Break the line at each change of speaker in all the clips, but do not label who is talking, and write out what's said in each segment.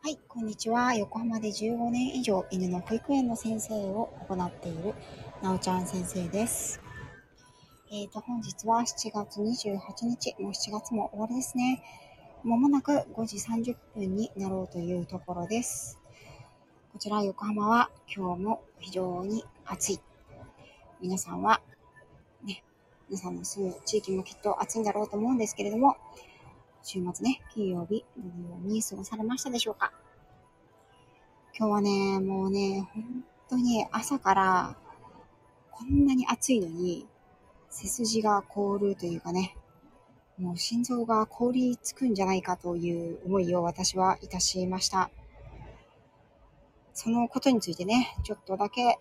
はい、こんにちは。横浜で15年以上犬の保育園の先生を行っているなおちゃん先生です。本日は7月28日、もう7月も終わりですね。まもなく5時30分になろうというところです。こちら横浜は今日も非常に暑い。皆さんはね、皆さんの住む地域もきっと暑いんだろうと思うんですけれども、週末ね、金曜日、どのように過ごされましたでしょうか。今日はね、もうね、本当に朝からこんなに暑いのに、背筋が凍るというかね、もう心臓が凍りつくんじゃないかという思いを私はいたしました。そのことについてね、ちょっとだけ、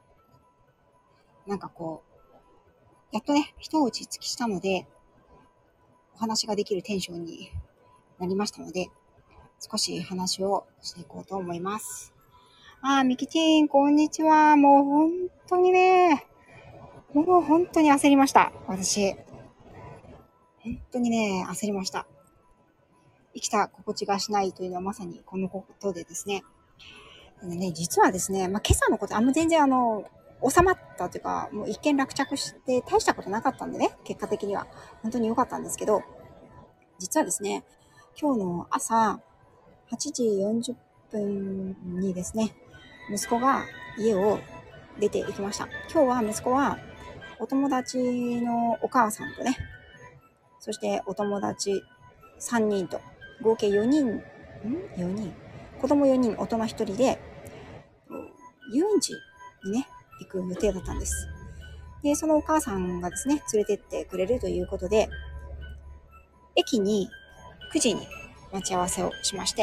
やっとね、一落ち着きしたので、お話ができるテンションになりましたので、少し話をしていこうと思います。みきちん、こんにちは。もう本当にね、もう本当に焦りました。私。本当にね、焦りました。生きた心地がしないというのはまさにこのことでですね。実はですね、今朝のこと、全然収まったというか、もう一件落着して大したことなかったんでね、結果的には。本当に良かったんですけど、実はですね、今日の朝8時40分にですね、息子が家を出て行きました。今日は息子はお友達のお母さんとね、そしてお友達3人と、合計4人、4人、子供4人、大人1人で、遊園地にね、行く予定だったんです。で、そのお母さんがですね、連れてってくれるということで、駅に9時に待ち合わせをしまして、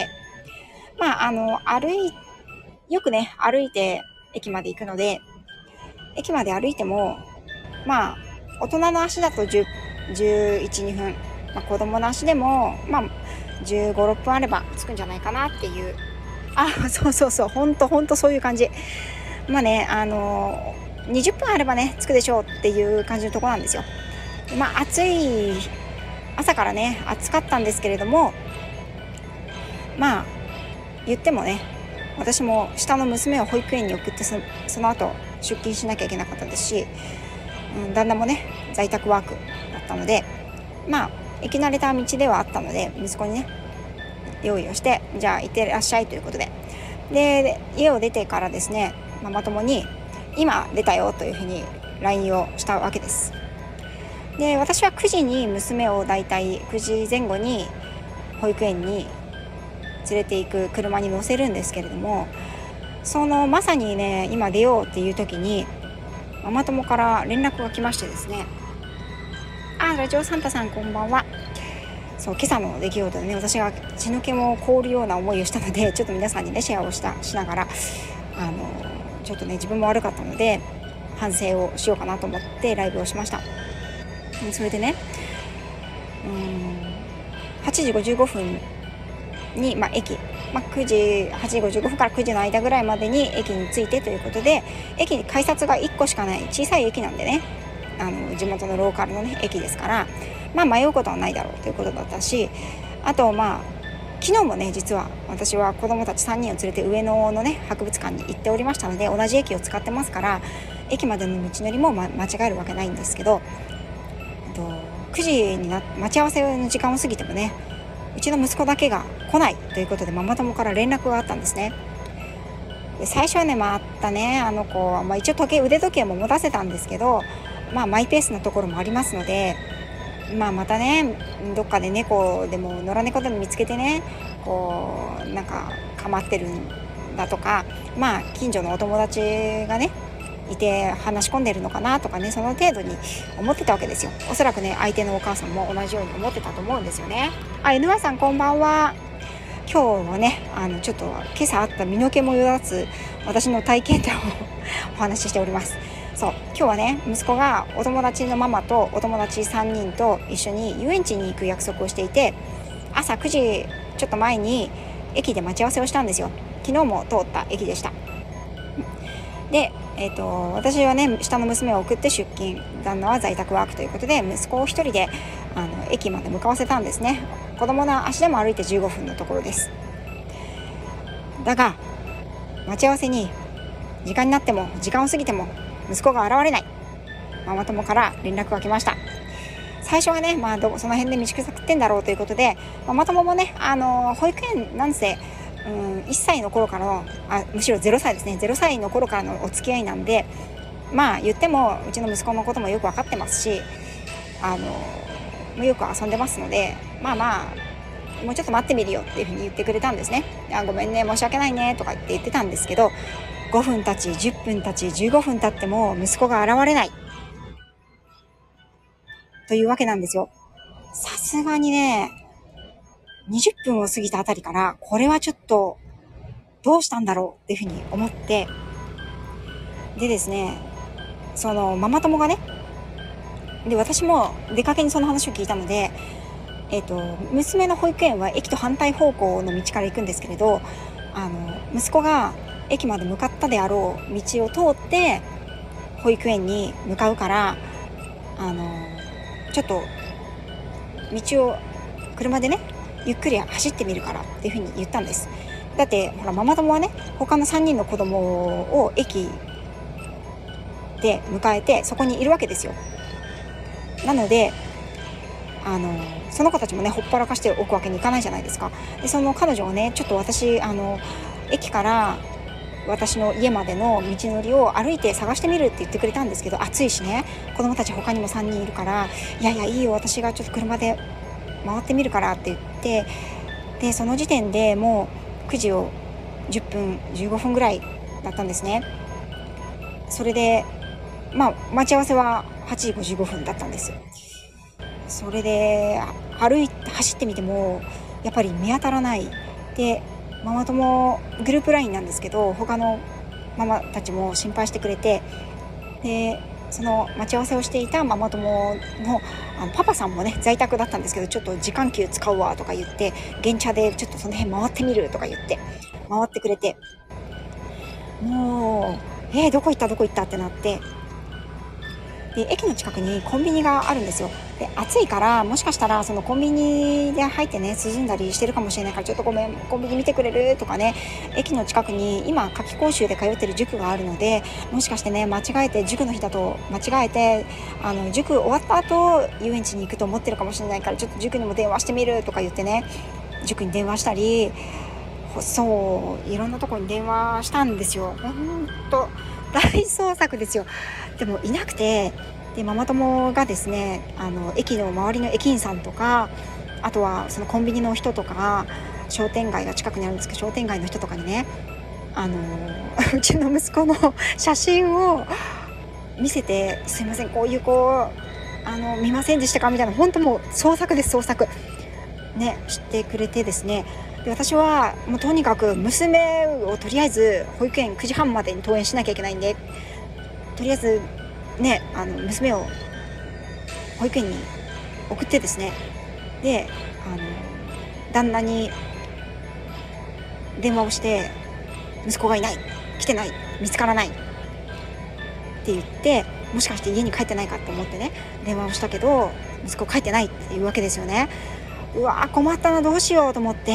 よくね、歩いて駅まで行くので、駅まで歩いても、大人の足だと10、11、2分、子供の足でも、15、6分あれば着くんじゃないかなっていう。そう、ほんとそういう感じ。20分あればね、着くでしょうっていう感じのところなんですよ。暑い、朝からね、暑かったんですけれども、言ってもね、私も下の娘を保育園に送ってその後出勤しなきゃいけなかったですし、旦那もね、在宅ワークだったので、行き慣れた道ではあったので、息子にね、用意をして、じゃあ行ってらっしゃいということで。で、家を出てからですね、ママ友に、今出たよというふうに LINE をしたわけです。で、私は9時に娘をだいたい9時前後に保育園に連れて行く車に乗せるんですけれども、そのまさにね、今出ようっていう時に、ママ友から連絡が来ましてですね、ラジオサンタさんこんばんは。そう、今朝の出来事でね、私が血の気も凍るような思いをしたので、ちょっと皆さんにね、シェアをしながら、ちょっとね、自分も悪かったので、反省をしようかなと思ってライブをしました。それでね、8時55分に、駅、8時55分から9時の間ぐらいまでに駅に着いてということで、駅に改札が1個しかない小さい駅なんでね、地元のローカルのね、駅ですから、迷うことはないだろうということだったし、あと昨日もね、実は私は子供たち3人を連れて上野のね、博物館に行っておりましたので、同じ駅を使ってますから、駅までの道のりも間違えるわけないんですけど、9時に待ち合わせの時間を過ぎてもね、うちの息子だけが来ないということで、ママ友から連絡があったんですね。で、最初はね、あの子、一応腕時計も持たせたんですけど、マイペースなところもありますので、またね、どっかで猫でも野良猫でも見つけてね、構ってるんだとか、近所のお友達がねいて話し込んでるのかなとかね、その程度に思ってたわけですよ。おそらくね、相手のお母さんも同じように思ってたと思うんですよね。NY さんこんばんは。今日はね、ちょっと今朝あった身の毛もよだつ私の体験談をお話ししております。そう、今日はね、息子がお友達のママとお友達3人と一緒に遊園地に行く約束をしていて、朝9時ちょっと前に駅で待ち合わせをしたんですよ。昨日も通った駅でした。で、私はね、下の娘を送って出勤、旦那は在宅ワークということで、息子を一人で駅まで向かわせたんですね。子供の足でも歩いて15分のところです。 だが、待ち合わせに時間になっても時間を過ぎても息子が現れない。ママ友から連絡が来ました。最初はね、その辺で道草食ってんだろうということで、ママ友もね、保育園なんせ、1歳の頃からの、むしろ0歳ですね、0歳の頃からのお付き合いなんで、言ってもうちの息子のこともよく分かってますし、よく遊んでますので、もうちょっと待ってみるよっていうふうに言ってくれたんですね。ごめんね、申し訳ないねとかって言ってたんですけど、5分経ち10分経ち15分経っても息子が現れないというわけなんですよ。さすがにね、20分を過ぎたあたりから、これはちょっとどうしたんだろうっていうふうに思って、でですね、そのママ友がね、で私も出かけにその話を聞いたので、娘の保育園は駅と反対方向の道から行くんですけれど、息子が駅まで向かったであろう道を通って保育園に向かうから、ちょっと道を車でねゆっくり走ってみるからっていうふうに言ったんです。だってほら、ママ友はね、他の3人の子供を駅で迎えてそこにいるわけですよ。なのでその子たちもねほっぽらかしておくわけにいかないじゃないですか。でその彼女はね、ちょっと私駅から私の家までの道のりを歩いて探してみるって言ってくれたんですけど、暑いしね、子供たち他にも3人いるから、いいよ、私がちょっと車で回ってみるからって言って、でその時点でもう9時を10分15分ぐらいだったんですね。それで待ち合わせは8時55分だったんですよ。それで走ってみてもやっぱり見当たらない。でママ友グループ LINE なんですけど、他のママたちも心配してくれて、でその待ち合わせをしていたママ友のパパさんもね在宅だったんですけど、ちょっと時間給使うわとか言って、現茶でちょっとその辺回ってみるとか言って回ってくれて、もうどこ行ったってなって、で駅の近くにコンビニがあるんですよ。で暑いから、もしかしたらそのコンビニで入ってね涼んだりしてるかもしれないから、ちょっとごめん、コンビニ見てくれるとかね、駅の近くに今夏期講習で通ってる塾があるので、もしかしてね間違えて塾の日だと間違えて塾終わった後遊園地に行くと思ってるかもしれないから、ちょっと塾にも電話してみるとか言ってね、塾に電話したり、そういろんなところに電話したんですよ。ほんと大捜索ですよ。でもいなくて、でママ友がですね、駅の周りの駅員さんとか、あとはそのコンビニの人とか、商店街が近くにあるんですけど、商店街の人とかにね、うちの息子の写真を見せて、すいません、こういう子見ませんでしたかみたいな、本当もう捜索です、捜索ねしてくれてですね。で私はもうとにかく娘をとりあえず保育園9時半までに登園しなきゃいけないんで、とりあえずね娘を保育園に送ってですね、で旦那に電話をして、息子がいない、来てない、見つからないって言って、もしかして家に帰ってないかって思ってね電話をしたけど、息子帰ってないっていうわけですよね。うわ困ったな、どうしようと思って、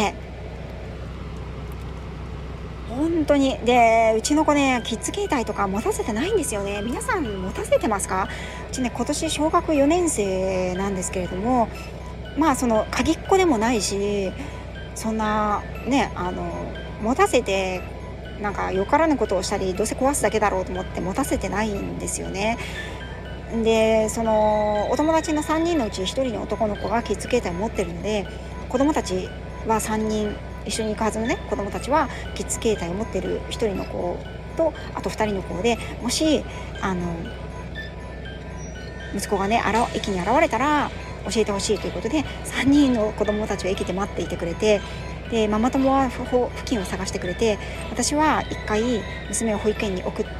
本当に。でうちの子ねキッズ携帯とか持たせてないんですよね。皆さん持たせてますか？うちね今年小学4年生なんですけれども、その鍵っ子でもないし、そんなね持たせてなんかよからぬことをしたり、どうせ壊すだけだろうと思って持たせてないんですよね。でそのお友達の3人のうち1人の男の子がキッズ携帯を持ってるので、子供たちは3人一緒に行くはずのね子供たちはキッズ携帯を持ってる1人の子と、あと2人の子で、もし息子がね駅に現れたら教えてほしいということで、3人の子供たちは駅で待っていてくれて、でママ友は付近を探してくれて、私は1回娘を保育園に送って、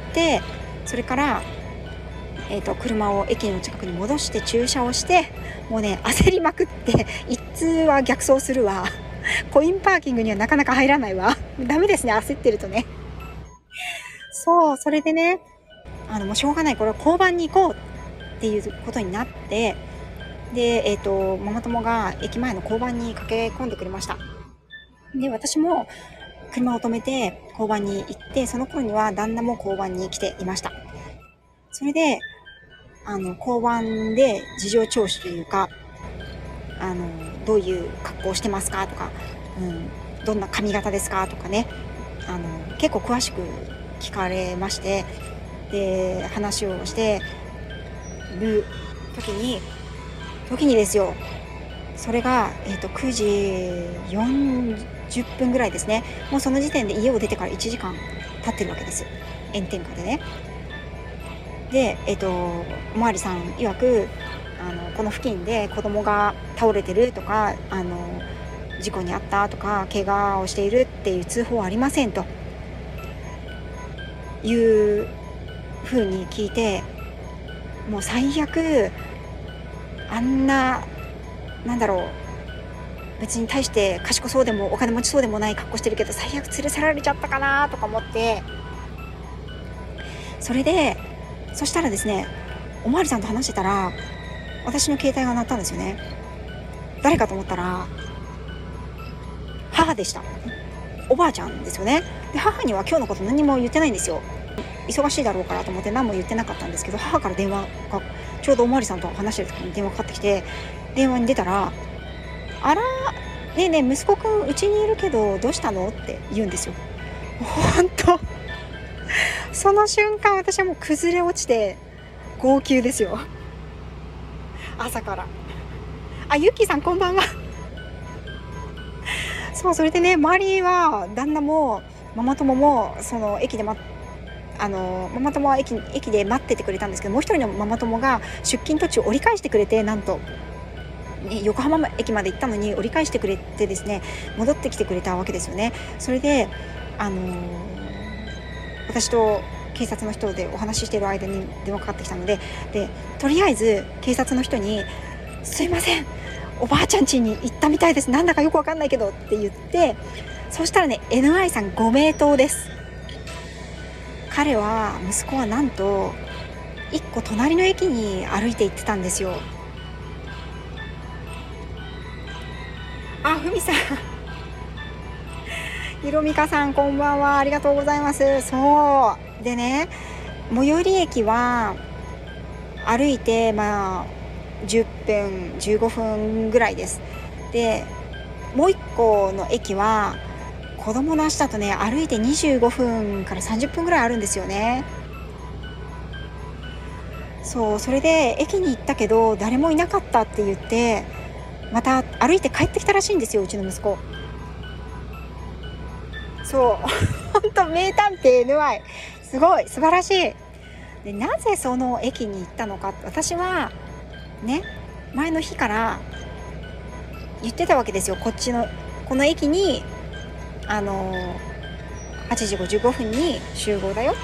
それから車を駅の近くに戻して駐車をして、もうね焦りまくって、一通は逆走するわ、コインパーキングにはなかなか入らないわ、ダメですね、焦ってるとね。それでねもうしょうがない、これは交番に行こうっていうことになって、でママ友が駅前の交番に駆け込んでくれました。で私も車を止めて交番に行って、その頃には旦那も交番に来ていました。それで交番で事情聴取というか、どういう格好をしてますかとか、どんな髪型ですかとかね、結構詳しく聞かれまして、で話をしてる時にですよ、それが、9時40分ぐらいですね。もうその時点で家を出てから1時間経ってるわけです。炎天下でね。で、おまわりさん曰く、この付近で子供が倒れてるとか、事故に遭ったとか、怪我をしているっていう通報はありませんという風に聞いて、もう最悪、なんだろう、別に対して賢そうでもお金持ちそうでもない格好してるけど、最悪連れ去られちゃったかなとか思って、そしたらですね、おまわりさんと話してたら、私の携帯が鳴ったんですよね。誰かと思ったら母でした。おばあちゃんですよね。で、母には今日のこと何も言ってないんですよ。忙しいだろうからと思って何も言ってなかったんですけど、母から電話が、ちょうどおまわりさんと話してる時に電話かかってきて、電話に出たら、あら、ねえねえ息子くんうちにいるけどどうしたのって言うんですよ。本当その瞬間、私はもう崩れ落ちて号泣ですよ。朝から。ゆっきーさんこんばんは。そう、それでね、周りは旦那もママ友もその駅でママ友は駅で待っててくれたんですけど、もう一人のママ友が出勤途中折り返してくれて、なんと横浜駅まで行ったのに折り返してくれてですね、戻ってきてくれたわけですよね。それで私と警察の人でお話ししている間に電話かかってきたので、とりあえず警察の人に、すいません、おばあちゃん家に行ったみたいです、なんだかよくわかんないけどって言って、そしたらね、 NI さんご名答です。息子はなんと一個隣の駅に歩いて行ってたんですよ。ふみさんひろみかさんこんばんは、ありがとうございます。そうでね、最寄り駅は歩いて10分15分ぐらいです。でもう一個の駅は子供の足だとね、歩いて25分から30分ぐらいあるんですよね。それで駅に行ったけど誰もいなかったって言って、また歩いて帰ってきたらしいんですよ、うちの息子。本当名探偵 NY すごい素晴らしい。で、なぜその駅に行ったのか、私はね、前の日から言ってたわけですよ。この駅に8時55分に集合だよって。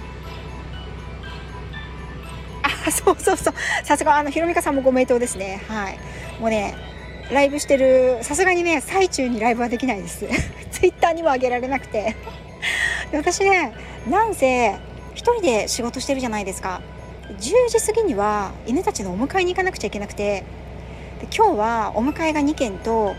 そうさすがひろみかさんもご名答ですね。はい、もうね、ライブしてる、さすがにね最中にライブはできないですツイッターにも上げられなくてで、私ね、なんせ一人で仕事してるじゃないですか。10時過ぎには犬たちのお迎えに行かなくちゃいけなくて、で今日はお迎えが2件と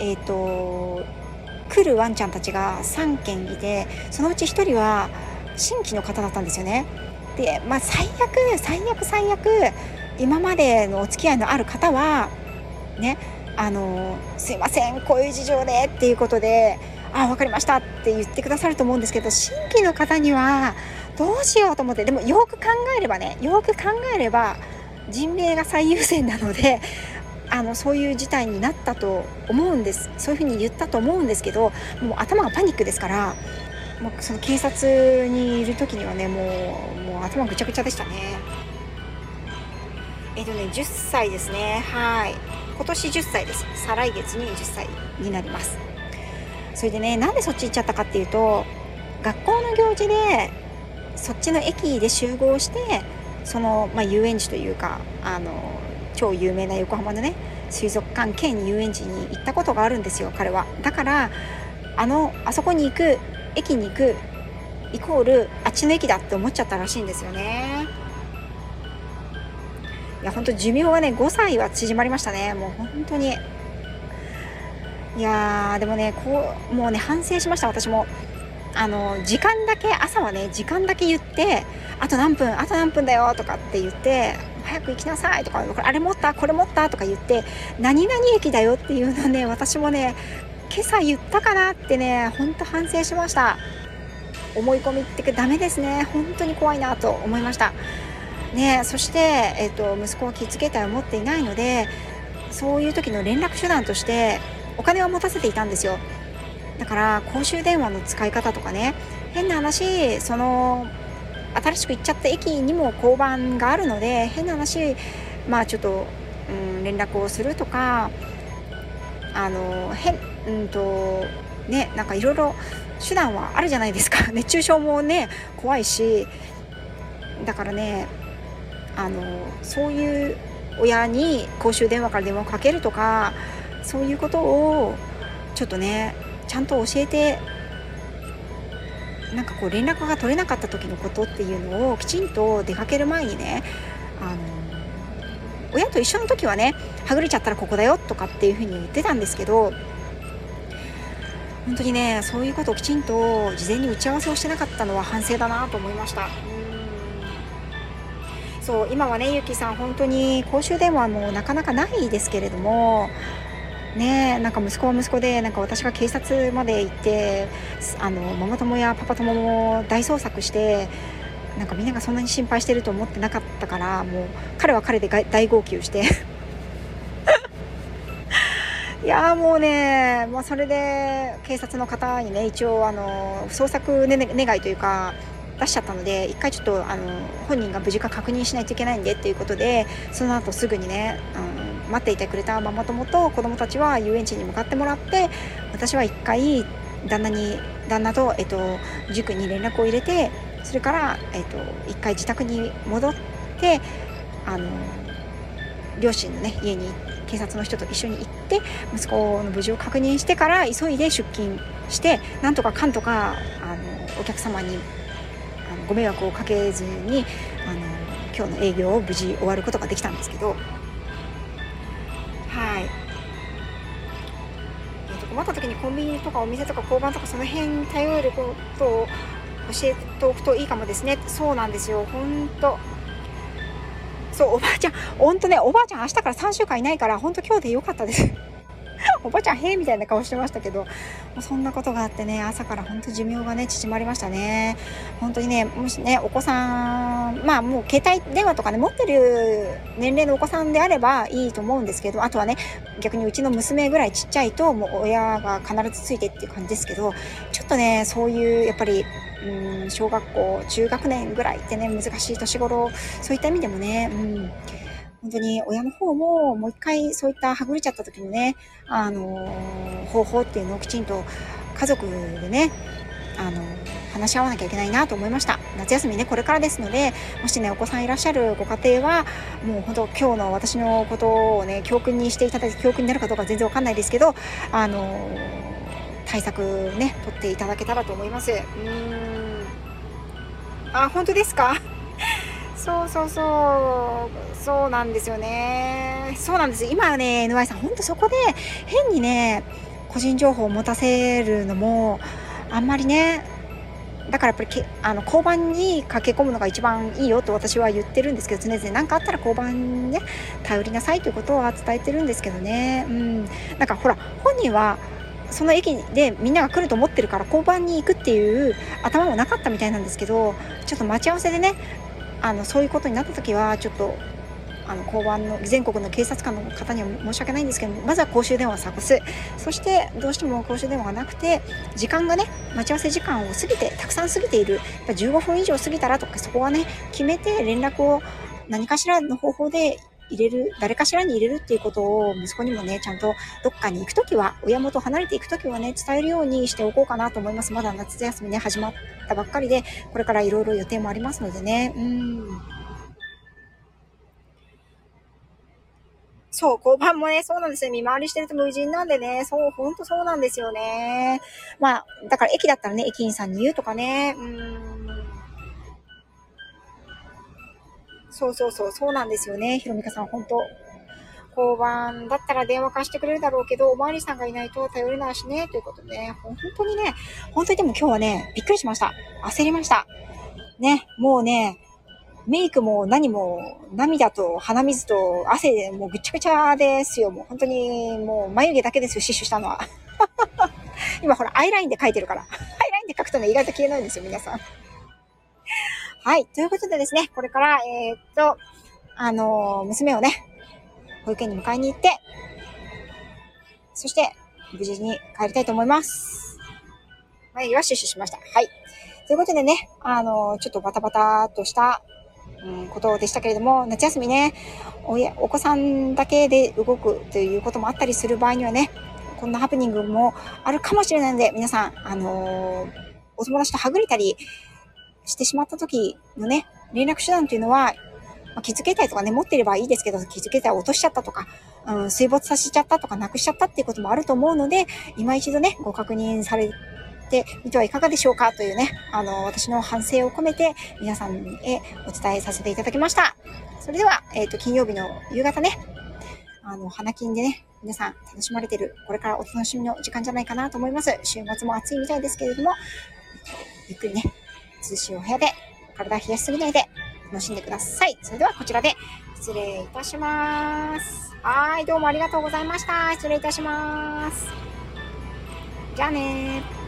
来るワンちゃんたちが3件いて、そのうち1人は新規の方だったんですよね。で、最悪今までのお付き合いのある方はね、すいませんこういう事情でっていうことで、わかりましたって言ってくださると思うんですけど、新規の方にはどうしようと思って。でもよく考えれば人命が最優先なので、そういう事態になったと思うんです。そういうふうに言ったと思うんですけど、もう頭がパニックですから、もうその警察にいる時にはね、もう頭ぐちゃぐちゃでしたね。10歳ですね。はい、今年10歳です。再来月に10歳になります。それでね、なんでそっち行っちゃったかっていうと、学校の行事でそっちの駅で集合して、その、遊園地というか超有名な横浜のね水族館兼遊園地に行ったことがあるんですよ、彼は。だからあそこに行く、駅に行くイコールあっちの駅だって思っちゃったらしいんですよね。いや、本当寿命はね5歳は縮まりましたね。もう本当に。いいやー、でもね、もうね、反省しました、私も。時間だけ、朝はね、時間だけ言って、あと何分だよとかって言って、早く行きなさいとか、あれ持ったこれ持ったとか言って、何々駅だよっていうのね、私もね、今朝言ったかなってね、ほんと反省しました。思い込みってダメですね。本当に怖いなと思いました。ね、そして、息子はキッズ携帯を持っていないので、そういう時の連絡手段として、お金を持たせていたんですよ。だから公衆電話の使い方とかね、変な話、新しく行っちゃった駅にも交番があるので、変な話、まあちょっと、連絡をするとか、なんかいろいろ手段はあるじゃないですか。熱中症もね、怖いし、だからね、そういう親に公衆電話から電話をかけるとか、そういうことをちょっとね、ちゃんと教えて、なんかこう連絡が取れなかった時のことっていうのをきちんと出かける前にね、親と一緒の時はね、はぐれちゃったらここだよとかっていう風に言ってたんですけど、本当にね、そういうことをきちんと事前に打ち合わせをしてなかったのは反省だなと思いました。そう、今はね、ゆきさん本当に公衆電話もなかなかないですけれども、ね、なんか息子は息子で、なんか私が警察まで行って、ママ友やパパ友も大捜索して、なんかみんながそんなに心配してると思ってなかったから、もう彼は彼で大号泣していやーもうね、まあ、それで警察の方にね、一応捜索、願いというか出しちゃったので、一回ちょっと本人が無事か確認しないといけないんでっていうことで、その後すぐにね、待っていてくれたママ友と子供たちは遊園地に向かってもらって、私は一回旦那と、塾に連絡を入れて、それから、一回自宅に戻って、両親のね家に警察の人と一緒に行って、息子の無事を確認してから急いで出勤して、なんとかかんとかお客様にご迷惑をかけずに今日の営業を無事終わることができたんですけど、はい、困った時にコンビニとかお店とか交番とかその辺に頼ることを教えておくといいかもですね。そうなんですよ、本当。そう、おばあちゃん、ほんとね、おばあちゃん明日から3週間いないから、ほんと今日でよかったです。おばあちゃん、へえみたいな顔してましたけど、もうそんなことがあってね、朝からほんと寿命がね、縮まりましたね。本当にね、もしね、お子さん、まあもう携帯電話とかね、持ってる年齢のお子さんであればいいと思うんですけど、あとはね、逆にうちの娘ぐらいちっちゃいと、もう親が必ずついてっていう感じですけど、ちょっとね、そういう、やっぱり、小学校、中学年ぐらいってね、難しい年頃、そういった意味でもね、本当に親の方ももう一回そういったはぐれちゃった時のね、方法っていうのをきちんと家族でね、話し合わなきゃいけないなと思いました。夏休みね、これからですので、もしね、お子さんいらっしゃるご家庭は、もう本当今日の私のことをね、教訓にしていただいて、教訓になるかどうか全然わかんないですけど、対策ね、取っていただけたらと思います。本当ですか？そうそうそう。そうなんですよね。そうなんです。今はね、NY さん、ほんとそこで変にね、個人情報を持たせるのも、あんまりね、だからやっぱり交番に駆け込むのが一番いいよと私は言ってるんですけど、常々何かあったら交番にね、頼りなさいということは伝えてるんですけどね。なんかほら、本人は、その駅でみんなが来ると思ってるから交番に行くっていう頭もなかったみたいなんですけど、ちょっと待ち合わせでね、そういうことになった時はちょっと交番の全国の警察官の方には申し訳ないんですけど、まずは公衆電話を探す。そしてどうしても公衆電話がなくて、時間がね、待ち合わせ時間を過ぎて、たくさん過ぎている、やっぱ15分以上過ぎたらとか、そこはね、決めて連絡を何かしらの方法で入れる、誰かしらに入れるっていうことを息子にもね、ちゃんとどっかに行くときは、親元離れていくときはね、伝えるようにしておこうかなと思います。まだ夏休みね、始まったばっかりで、これからいろいろ予定もありますのでね。そう、交番もね、そうなんですよ。見回りしてると無人なんでね、そう、ほんとそうなんですよね。まあ、だから駅だったらね、駅員さんに言うとかね、そうそうそう、そうなんですよね。ひろみかさん、本当交番だったら電話貸してくれるだろうけど、おまわりさんがいないと頼れないしね、ということでね、本当にでも今日はね、びっくりしました。焦りました。ね、もうね、メイクも何も涙と鼻水と汗でもうぐちゃぐちゃですよ。もう本当にもう眉毛だけですよ、死守したのは。今ほら、アイラインで描いてるから。アイラインで描くとね、意外と消えないんですよ、皆さん。はい。ということでですね、これから、娘をね、保育園に迎えに行って、そして、無事に帰りたいと思います。眉毛は死守しました。はい。ということでね、ちょっとバタバタとした、ことでしたけれども、夏休みね、お子さんだけで動くということもあったりする場合にはね、こんなハプニングもあるかもしれないので、皆さん、お友達とはぐれたりしてしまった時のね、連絡手段というのは、気づけたりとかね、持っていればいいですけど、気づけたら落としちゃったとか、水没させちゃったとか、なくしちゃったっていうこともあると思うので、今一度ね、ご確認されてみてはいかがでしょうかというね、私の反省を込めて皆さんへお伝えさせていただきました。それでは、金曜日の夕方ね、花金でね、皆さん楽しまれてる、これからお楽しみの時間じゃないかなと思います。週末も暑いみたいですけれども、ゆっくりね、涼しいお部屋で体冷やしすぎないで楽しんでください。それではこちらで失礼いたします。はい、どうもありがとうございました。失礼いたします。じゃあねー。